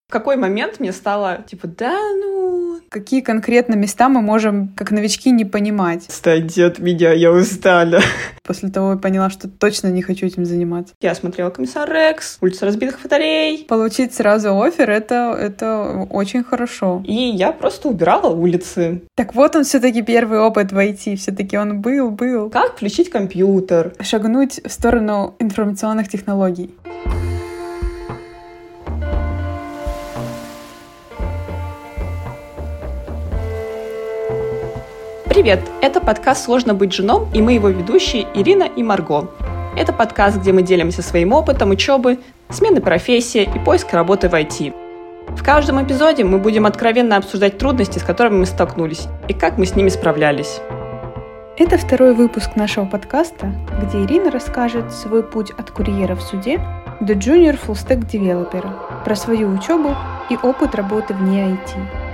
В какой момент мне стало, Какие конкретно места мы можем, как новички, не понимать? Отстаньте от меня, я устала. После того я поняла, что точно не хочу этим заниматься. Я смотрела «Комиссар Рекс», «Улица разбитых фонарей». Получить сразу оффер — это очень хорошо. И я просто убирала улицы. Так вот он все-таки первый опыт в IT, все-таки он был. Как включить компьютер? Шагнуть в сторону информационных технологий. Привет! Это подкаст «Сложно быть женом», и мы его ведущие Ирина и Марго. Это подкаст, где мы делимся своим опытом учебы, смены профессии и поиска работы в IT. В каждом эпизоде мы будем откровенно обсуждать трудности, с которыми мы столкнулись, и как мы с ними справлялись. Это второй выпуск нашего подкаста, где Ирина расскажет свой путь от курьера в суде до junior full-stack девелопера, про свою учебу и опыт работы вне IT.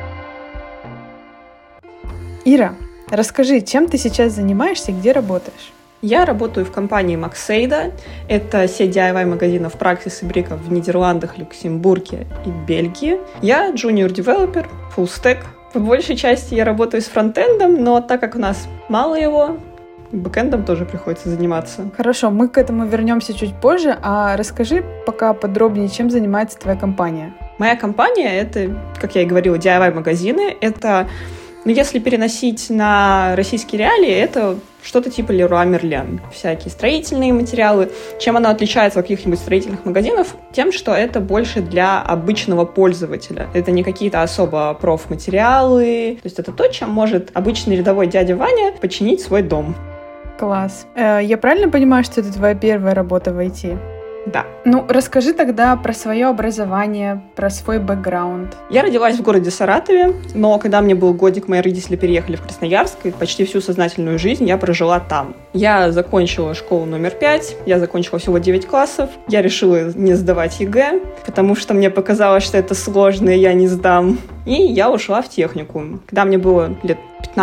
Ира, расскажи, чем ты сейчас занимаешься и где работаешь? Я работаю в компании Максейда. Это сеть DIY-магазинов Praxis и Brico в Нидерландах, Люксембурге и Бельгии. Я junior-девелопер, full-stack. По большей части я работаю с фронтендом, но так как у нас мало его, бэкэндом тоже приходится заниматься. Хорошо, мы к этому вернемся чуть позже, а расскажи пока подробнее, чем занимается твоя компания. Моя компания — это, как я и говорила, DIY-магазины. Это, если переносить на российские реалии, это что-то типа Leroy Merlin. Всякие строительные материалы. Чем оно отличается от каких-нибудь строительных магазинов? Тем, что это больше для обычного пользователя. Это не какие-то особо профматериалы. То есть это то, чем может обычный рядовой дядя Ваня починить свой дом. Класс. Я правильно понимаю, что это твоя первая работа в IT? Да. Расскажи тогда про свое образование, про свой бэкграунд. Я родилась в городе Саратове, но когда мне был годик, мои родители переехали в Красноярск, и почти всю сознательную жизнь я прожила там. Я закончила школу номер 5, я закончила всего 9 классов. Я решила не сдавать ЕГЭ, потому что мне показалось, что это сложно, и я не сдам. И я ушла в техникум. Когда мне было лет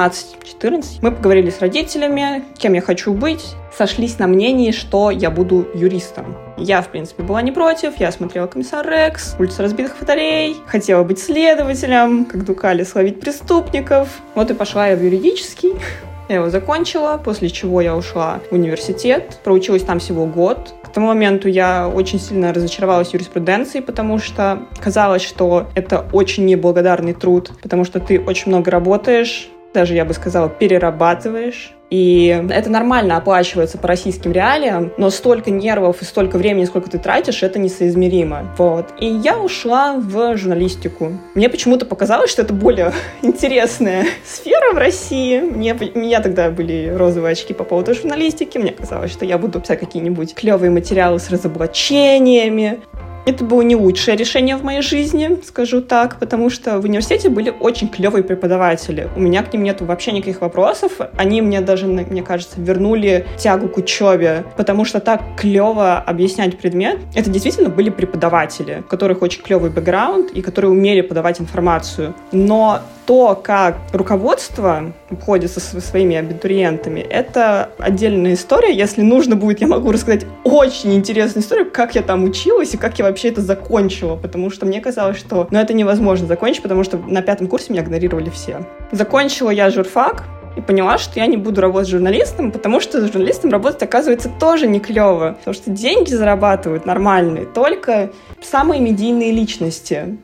15-14, мы поговорили с родителями, кем я хочу быть, сошлись на мнении, что я буду юристом. Я, в принципе, была не против, я смотрела «Комиссар Рекс», «Улица разбитых фонарей», хотела быть следователем, как Дукалис словить преступников. Вот и пошла я в юридический. Я его закончила, после чего я ушла в университет, проучилась там всего год. К тому моменту я очень сильно разочаровалась в юриспруденции, потому что казалось, что это очень неблагодарный труд, потому что ты очень много работаешь, даже, я бы сказала, перерабатываешь. И это нормально оплачивается по российским реалиям, но столько нервов и столько времени, сколько ты тратишь, это несоизмеримо. Вот. И я ушла в журналистику. Мне почему-то показалось, что это более интересная сфера в России. У меня тогда были розовые очки по поводу журналистики. Мне казалось, что я буду писать какие-нибудь клевые материалы с разоблачениями. Это было не лучшее решение в моей жизни, скажу так, потому что в университете были очень клевые преподаватели. У меня к ним нет вообще никаких вопросов. Они мне даже, мне кажется, вернули тягу к учебе, потому что так клево объяснять предмет. Это действительно были преподаватели, у которых очень клевый бэкграунд и которые умели подавать информацию. Но то, как руководство обходится со своими абитуриентами, это отдельная история. Если нужно будет, я могу рассказать очень интересную историю, как я там училась и как я вообще это закончила, потому что мне казалось, что это невозможно закончить, потому что на 5 курсе меня игнорировали все. Закончила я журфак и поняла, что я не буду работать журналистом, потому что журналистом работать, оказывается, тоже не клево, потому что деньги зарабатывают нормальные только самые медийные личности.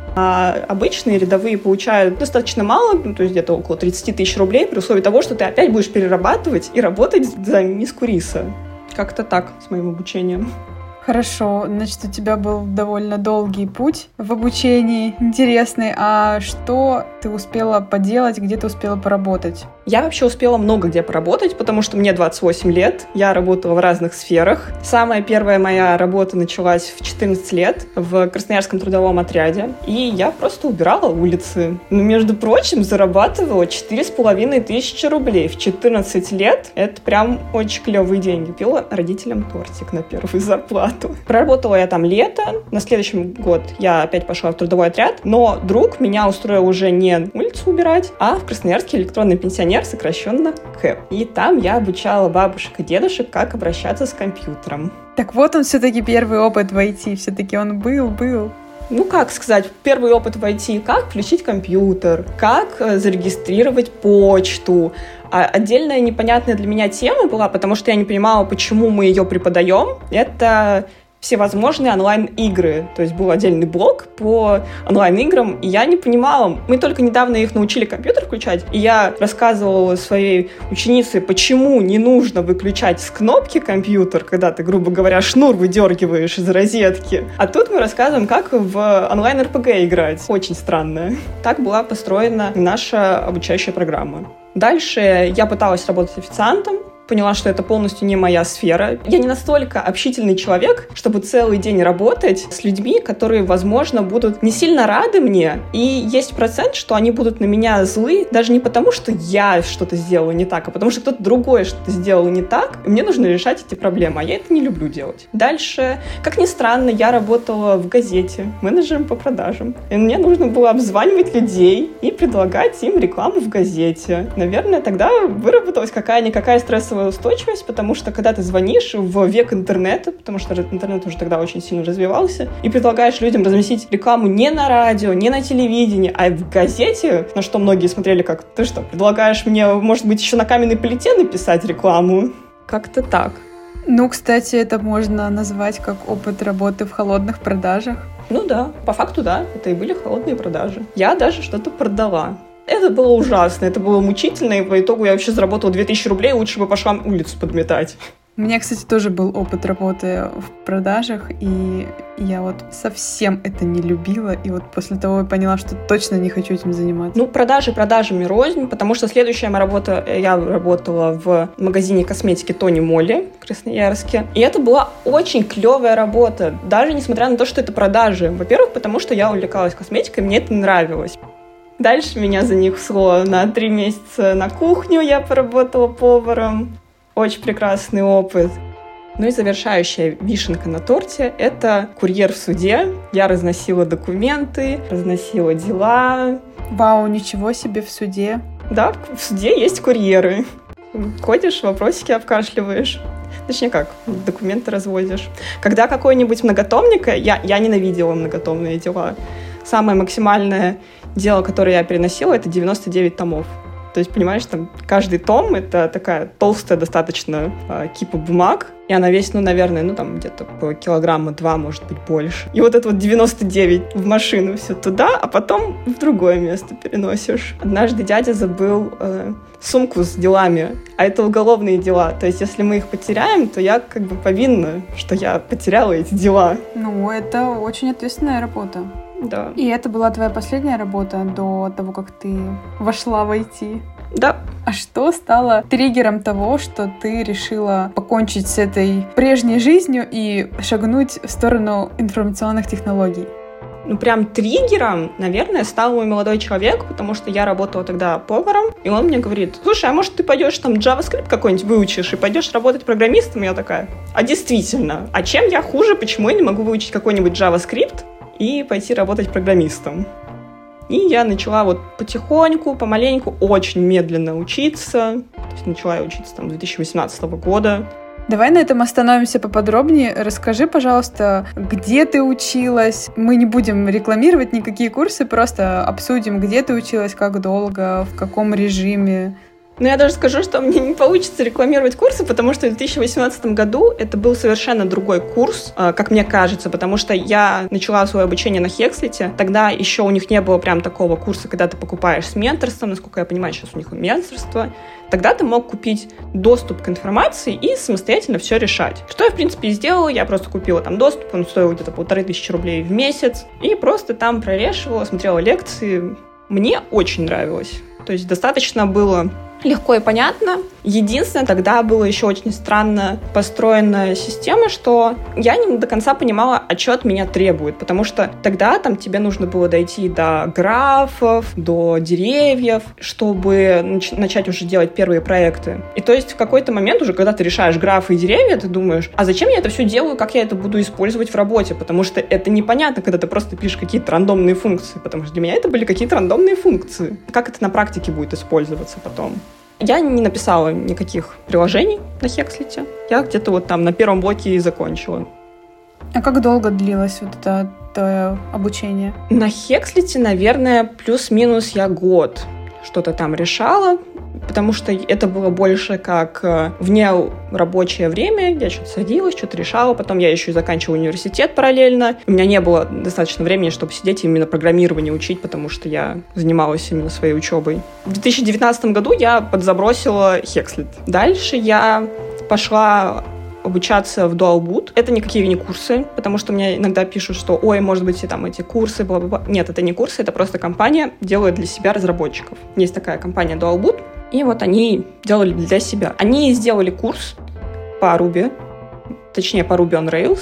А обычные рядовые получают достаточно мало, то есть где-то около 30 тысяч рублей, при условии того, что ты опять будешь перерабатывать и работать за миску риса. Как-то так с моим обучением. Хорошо, значит, у тебя был довольно долгий путь в обучении, интересный. А что ты успела поделать, где ты успела поработать? Я вообще успела много где поработать, потому что мне 28 лет, я работала в разных сферах. Самая первая моя работа началась в 14 лет в Красноярском трудовом отряде, и я просто убирала улицы. Но, между прочим, зарабатывала 4500 рублей в 14 лет. Это прям очень клевые деньги. Купила родителям тортик на первую зарплату. Проработала я там лето, на следующий год я опять пошла в трудовой отряд, но друг меня устроил уже не улицу убирать, а в Красноярский электронный пенсионер, сокращенно КЭП. И там я обучала бабушек и дедушек, как обращаться с компьютером. Так вот он все-таки первый опыт в IT, все-таки он был. Как сказать, первый опыт в IT, как включить компьютер, как зарегистрировать почту. Отдельная непонятная для меня тема была, потому что я не понимала, почему мы ее преподаем. Это всевозможные онлайн-игры. То есть был отдельный блок по онлайн-играм, и я не понимала. Мы только недавно их научили компьютер включать, и я рассказывала своей ученице, почему не нужно выключать с кнопки компьютер, когда ты, грубо говоря, шнур выдергиваешь из розетки. А тут мы рассказываем, как в онлайн-РПГ играть. Очень странно. Так была построена наша обучающая программа. Дальше я пыталась работать официантом, поняла, что это полностью не моя сфера. Я не настолько общительный человек, чтобы целый день работать с людьми, которые, возможно, будут не сильно рады мне. И есть процент, что они будут на меня злы, даже не потому, что я что-то сделала не так, а потому что кто-то другой что-то сделал не так, и мне нужно решать эти проблемы, а я это не люблю делать. Дальше, как ни странно, я работала в газете менеджером по продажам. И мне нужно было обзванивать людей и предлагать им рекламу в газете. Наверное, тогда выработалась какая-никакая стрессовая устойчивость, потому что когда ты звонишь в век интернета, потому что интернет уже тогда очень сильно развивался, и предлагаешь людям разместить рекламу не на радио, не на телевидении, а в газете, на что многие смотрели как: ты что, предлагаешь мне, может быть, еще на каменной плите написать рекламу? Как-то так. Кстати, это можно назвать как опыт работы в холодных продажах. Да, по факту да, это и были холодные продажи. Я даже что-то продала. Это было ужасно, это было мучительно, и по итогу я вообще заработала 2000 рублей, лучше бы пошла улицу подметать. У меня, кстати, тоже был опыт работы в продажах, и я совсем это не любила, и после того я поняла, что точно не хочу этим заниматься. Продажи продажами рознь, потому что следующая моя работа, я работала в магазине косметики Тони Молли в Красноярске, и это была очень клевая работа, даже несмотря на то, что это продажи. Во-первых, потому что я увлекалась косметикой, мне это нравилось. Дальше меня занесло на 3 месяца на кухню, я поработала поваром. Очень прекрасный опыт. И завершающая вишенка на торте — это курьер в суде. Я разносила документы, разносила дела. Вау, ничего себе, в суде. Да, в суде есть курьеры. Ходишь, вопросики обкашливаешь. Точнее как, документы развозишь. Когда какой-нибудь многотомник, я ненавидела многотомные дела. Самое максимальное дело, которое я переносила, это 99 томов. То есть, понимаешь, там каждый том — это такая толстая достаточно кипа бумаг, и она весит, наверное, где-то по килограмма 2, может быть, больше. И это 99 в машину все туда, а потом в другое место переносишь. Однажды дядя забыл сумку с делами, а это уголовные дела. То есть, если мы их потеряем, то я повинна, что я потеряла эти дела. Это очень ответственная работа. Да. И это была твоя последняя работа до того, как ты вошла в IT? Да. А что стало триггером того, что ты решила покончить с этой прежней жизнью и шагнуть в сторону информационных технологий? Прям триггером, наверное, стал мой молодой человек, потому что я работала тогда поваром, и он мне говорит: слушай, а может ты пойдешь JavaScript какой-нибудь выучишь и пойдешь работать программистом? И я такая: а действительно, а чем я хуже, почему я не могу выучить какой-нибудь JavaScript и пойти работать программистом? И я начала потихоньку, помаленьку, очень медленно учиться. То есть начала я учиться с 2018 года. Давай на этом остановимся поподробнее. Расскажи, пожалуйста, где ты училась. Мы не будем рекламировать никакие курсы, просто обсудим, где ты училась, как долго, в каком режиме. Я даже скажу, что мне не получится рекламировать курсы, потому что в 2018 году это был совершенно другой курс, как мне кажется, потому что я начала свое обучение на Хекслите. Тогда еще у них не было прям такого курса, когда ты покупаешь с менторством. Насколько я понимаю, сейчас у них менторство. Тогда ты мог купить доступ к информации и самостоятельно все решать. Что я, в принципе, и сделала. Я просто купила доступ, он стоил где-то 1500 рублей в месяц, и просто там прорешивала, смотрела лекции. Мне очень нравилось. То есть достаточно было легко и понятно. Единственное, тогда была еще очень странно построенная система, что я не до конца понимала, что от меня требует, потому что тогда тебе нужно было дойти до графов, до деревьев, чтобы начать уже делать первые проекты. И то есть в какой-то момент уже, когда ты решаешь графы и деревья, ты думаешь: а зачем я это все делаю, как я это буду использовать в работе? Потому что это непонятно, когда ты просто пишешь какие-то рандомные функции, потому что для меня это были какие-то рандомные функции. Как это на практике будет использоваться потом? Я не написала никаких приложений на Хекслите. Я где-то на первом блоке и закончила. А как долго длилось вот это твое обучение? На Хекслите, наверное, плюс-минус я год что-то там решала, потому что это было больше как вне рабочее время. Я что-то садилась, что-то решала. Потом я еще и заканчивала университет параллельно. У меня не было достаточно времени, чтобы сидеть и именно программирование учить, потому что я занималась именно своей учебой. В 2019 году я подзабросила Хекслит. Дальше я пошла обучаться в Dualboot. Это никакие не курсы, потому что мне иногда пишут, что ой, может быть, и там эти курсы, бла-бла-бла. Нет, это не курсы, это просто компания делает для себя разработчиков. Есть такая компания Dualboot, и вот они делали для себя. Они сделали курс по Ruby, точнее, по Ruby on Rails,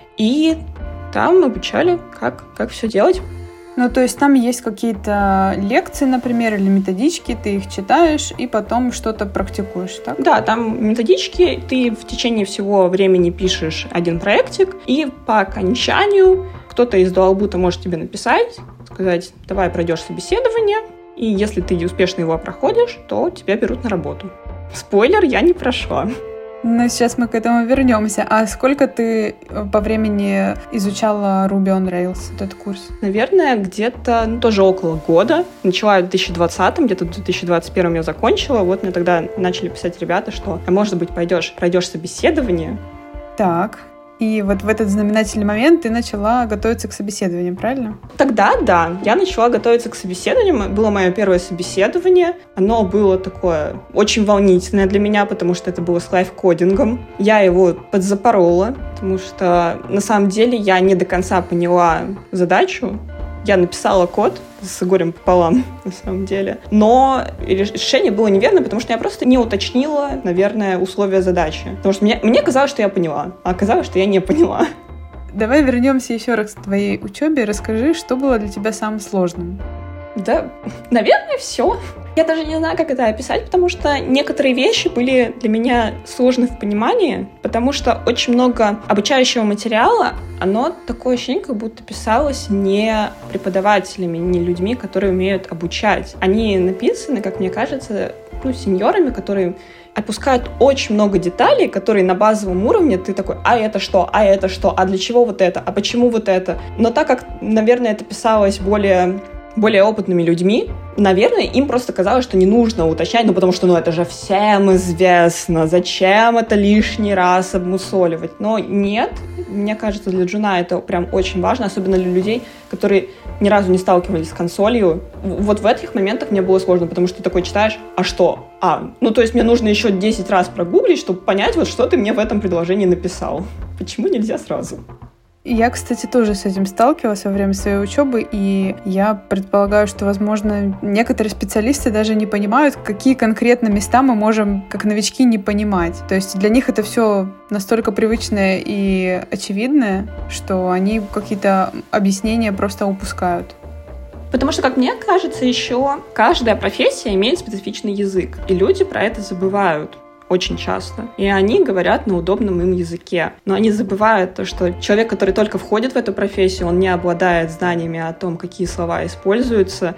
и там обучали, как все делать. Ну, то есть там есть какие-то лекции, например, или методички, ты их читаешь и потом что-то практикуешь, так? Да, там методички, ты в течение всего времени пишешь один проектик, и по окончанию кто-то из Dualboot может тебе написать, сказать, давай пройдешь собеседование, и если ты успешно его проходишь, то тебя берут на работу. Спойлер, я не прошла. Ну, сейчас мы к этому вернемся. А сколько ты по времени изучала Ruby on Rails, этот курс? Наверное, где-то тоже около года. Начала в 2020, где-то в 2021 я закончила. Вот мне тогда начали писать ребята, что, может быть, пройдешь собеседование. Так. И вот в этот знаменательный момент ты начала готовиться к собеседованию, правильно? Тогда, да, я начала готовиться к собеседованию. Было мое первое собеседование. Оно было такое очень волнительное для меня, потому что это было с лайфкодингом. Я его подзапорола, потому что на самом деле я не до конца поняла задачу. Я написала код с горем пополам, на самом деле. Но решение было неверно, потому что я просто не уточнила, наверное, условия задачи. Потому что мне казалось, что я поняла, а оказалось, что я не поняла. Давай вернемся еще раз к твоей учебе. Расскажи, что было для тебя самым сложным? Да, наверное, все. Я даже не знаю, как это описать, потому что некоторые вещи были для меня сложны в понимании, потому что очень много обучающего материала, оно такое ощущение, как будто писалось не преподавателями, не людьми, которые умеют обучать. Они написаны, как мне кажется, сеньорами, которые опускают очень много деталей, которые на базовом уровне ты такой, а это что, а для чего вот это, а почему вот это. Но так как, наверное, это писалось более опытными людьми, наверное, им просто казалось, что не нужно уточнять, потому что, это же всем известно, зачем это лишний раз обмусоливать. Но нет, мне кажется, для джуна это прям очень важно, особенно для людей, которые ни разу не сталкивались с консолью. Вот в этих моментах мне было сложно, потому что ты такой читаешь, а что? То есть мне нужно еще 10 раз прогуглить, чтобы понять, вот что ты мне в этом предложении написал. Почему нельзя сразу? Я, кстати, тоже с этим сталкивалась во время своей учебы, и я предполагаю, что, возможно, некоторые специалисты даже не понимают, какие конкретно места мы можем, как новички, не понимать. То есть для них это все настолько привычное и очевидное, что они какие-то объяснения просто упускают. Потому что, как мне кажется, еще каждая профессия имеет специфичный язык, и люди про это забывают очень часто. И они говорят на удобном им языке. Но они забывают то, что человек, который только входит в эту профессию, он не обладает знаниями о том, какие слова используются,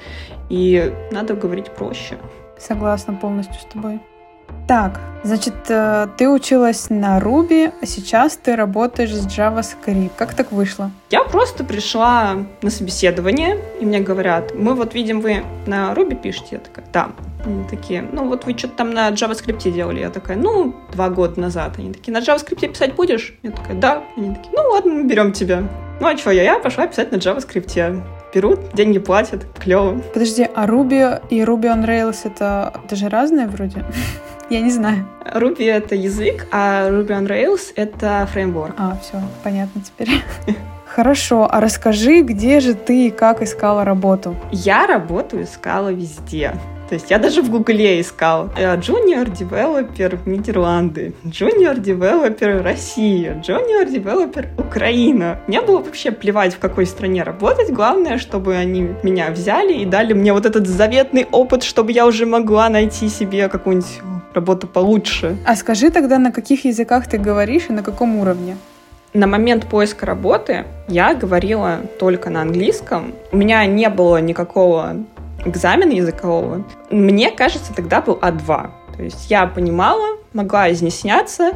и надо говорить проще. Согласна полностью с тобой. Так, значит, ты училась на Ruby, а сейчас ты работаешь с JavaScript. Как так вышло? Я просто пришла на собеседование, и мне говорят, мы вот видим, вы на Ruby пишете. Я такая, да. Они такие, вы что-то там на JavaScript делали. Я такая, 2 года назад. Они такие, на JavaScript писать будешь? Я такая, да. Они такие, ладно, мы берем тебя. А что, я пошла писать на JavaScript. Берут, деньги платят, клево. Подожди, а Ruby и Ruby on Rails это же разные вроде? Я не знаю. Ruby — это язык, а Ruby on Rails — это фреймворк. Все, понятно теперь. Хорошо, а расскажи, где же ты и как искала работу? Я работу искала везде. То есть я даже в Гугле искала. Junior Developer Нидерланды, Junior Developer Россия, Junior Developer Украина. Мне было вообще плевать, в какой стране работать. Главное, чтобы они меня взяли и дали мне вот этот заветный опыт, чтобы я уже могла найти себе какую-нибудь работу получше. А скажи тогда, на каких языках ты говоришь и на каком уровне? На момент поиска работы я говорила только на английском. У меня не было никакого экзамена языкового. Мне кажется, тогда был А2. То есть я понимала, могла изъясняться,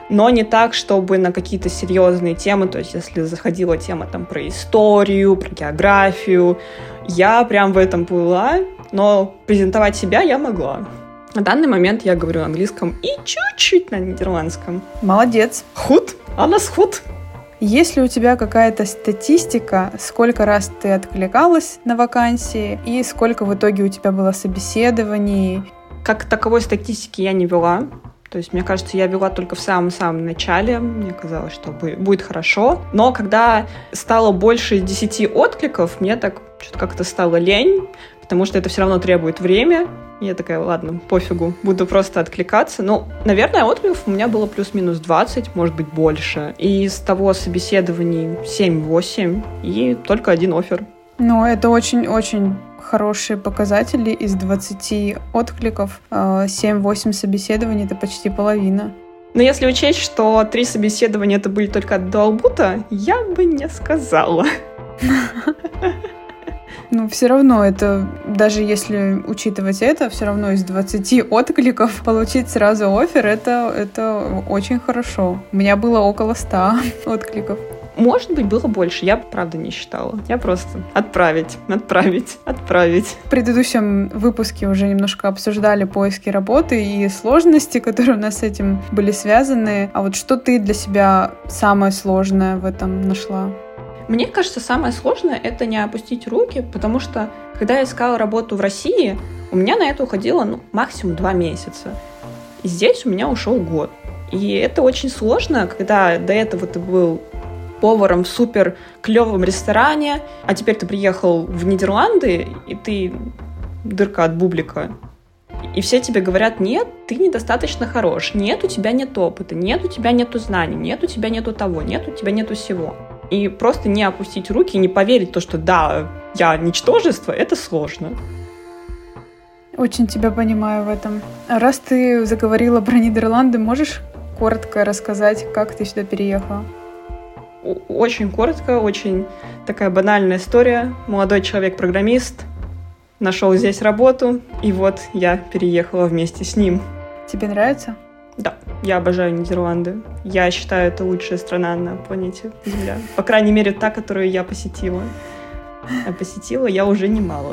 но не так, чтобы на какие-то серьезные темы, то есть если заходила тема там про историю, про географию, я прям в этом плыла, но презентовать себя я могла. На данный момент я говорю на английском и чуть-чуть на нидерландском. Молодец. Худ? Анас худ? Есть ли у тебя какая-то статистика, сколько раз ты откликалась на вакансии и сколько в итоге у тебя было собеседований? Как таковой статистики я не вела. То есть, мне кажется, я вела только в самом-самом начале. Мне казалось, что будет хорошо. Но когда стало больше 10 откликов, мне так что-то как-то стало лень, потому что это все равно требует время. И я такая, ладно, пофигу, буду просто откликаться. Ну, наверное, откликов у меня было плюс-минус 20, может быть, больше. И из того собеседований 7-8, и только один оффер. Ну, это очень-очень хорошие показатели. Из 20 откликов 7-8 собеседований — это почти половина. Но если учесть, что 3 собеседования это были только от Дуалбута, я бы не сказала. Ну, все равно это, даже если учитывать это, все равно из 20 откликов получить сразу оффер, это очень хорошо. У меня было около 100 откликов. Может быть, было больше, я правда не считала. Я просто отправить. В предыдущем выпуске уже немножко обсуждали поиски работы и сложности, которые у нас с этим были связаны. А вот что ты для себя самое сложное в этом нашла? Мне кажется, самое сложное — это не опустить руки, потому что, когда я искала работу в России, у меня на это уходило, максимум 2 месяца. И здесь у меня ушел год. И это очень сложно, когда до этого ты был поваром в супер клевом ресторане, а теперь ты приехал в Нидерланды, и ты дырка от бублика. И все тебе говорят: нет, ты недостаточно хорош, нет, у тебя нет опыта, нет, у тебя нету знаний, нет, у тебя нету того, нет, у тебя нету всего. И просто не опустить руки и не поверить в то, что да, я ничтожество, это сложно. Очень тебя понимаю в этом. Раз ты заговорила про Нидерланды, можешь коротко рассказать, как ты сюда переехала? Очень коротко, очень такая банальная история. Молодой человек-программист нашел здесь работу, и вот я переехала вместе с ним. Тебе нравится? Да, я обожаю Нидерланды. Я считаю, это лучшая страна на планете Земля. По крайней мере, та, которую я посетила. А посетила я уже немало.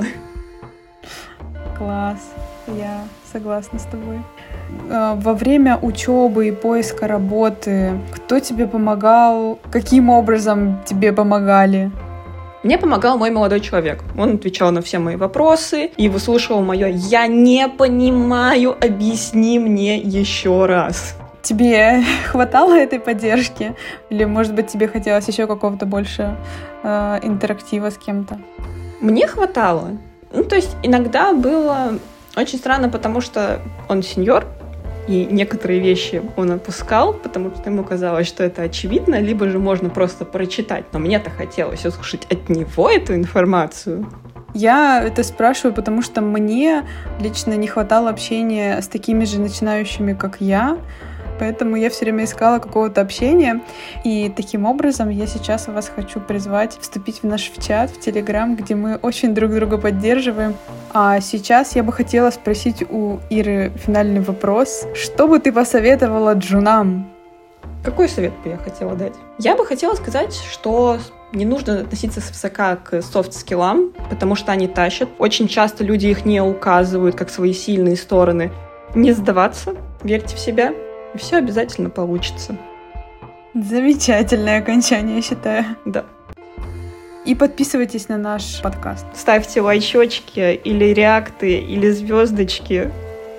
Класс, я согласна с тобой. Во время учебы и поиска работы кто тебе помогал? Каким образом тебе помогали? Мне помогал мой молодой человек. Он отвечал на все мои вопросы и выслушивал мое «я не понимаю, объясни мне еще раз». Тебе хватало этой поддержки? Или, может быть, тебе хотелось еще какого-то больше интерактива с кем-то? Мне хватало. То есть иногда было очень странно, потому что он сеньор, и некоторые вещи он отпускал, потому что ему казалось, что это очевидно, либо же можно просто прочитать. Но мне-то хотелось услышать от него эту информацию. Я это спрашиваю, потому что мне лично не хватало общения с такими же начинающими, как я. Поэтому я все время искала какого-то общения. И таким образом я сейчас вас хочу призвать вступить в наш чат, в Телеграм, где мы очень друг друга поддерживаем. А сейчас я бы хотела спросить у Иры финальный вопрос. Что бы ты посоветовала джунам? Какой совет бы я хотела дать? Я бы хотела сказать, что не нужно относиться свысока к софт-скиллам, потому что они тащат. Очень часто люди их не указывают как свои сильные стороны. Не сдаваться, верьте в себя. И все обязательно получится. Замечательное окончание, я считаю. Да. И подписывайтесь на наш подкаст. Ставьте лайчочки или реакты, или звездочки.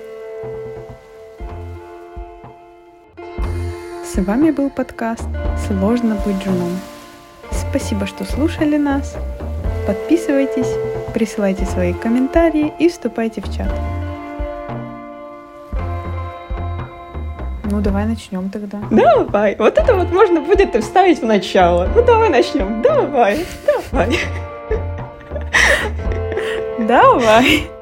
С вами был подкаст «Сложно быть джуном». Спасибо, что слушали нас. Подписывайтесь, присылайте свои комментарии и вступайте в чат. Ну, давай начнем тогда. Давай. Вот это вот можно будет и вставить в начало. Ну, давай начнем. Давай. Давай.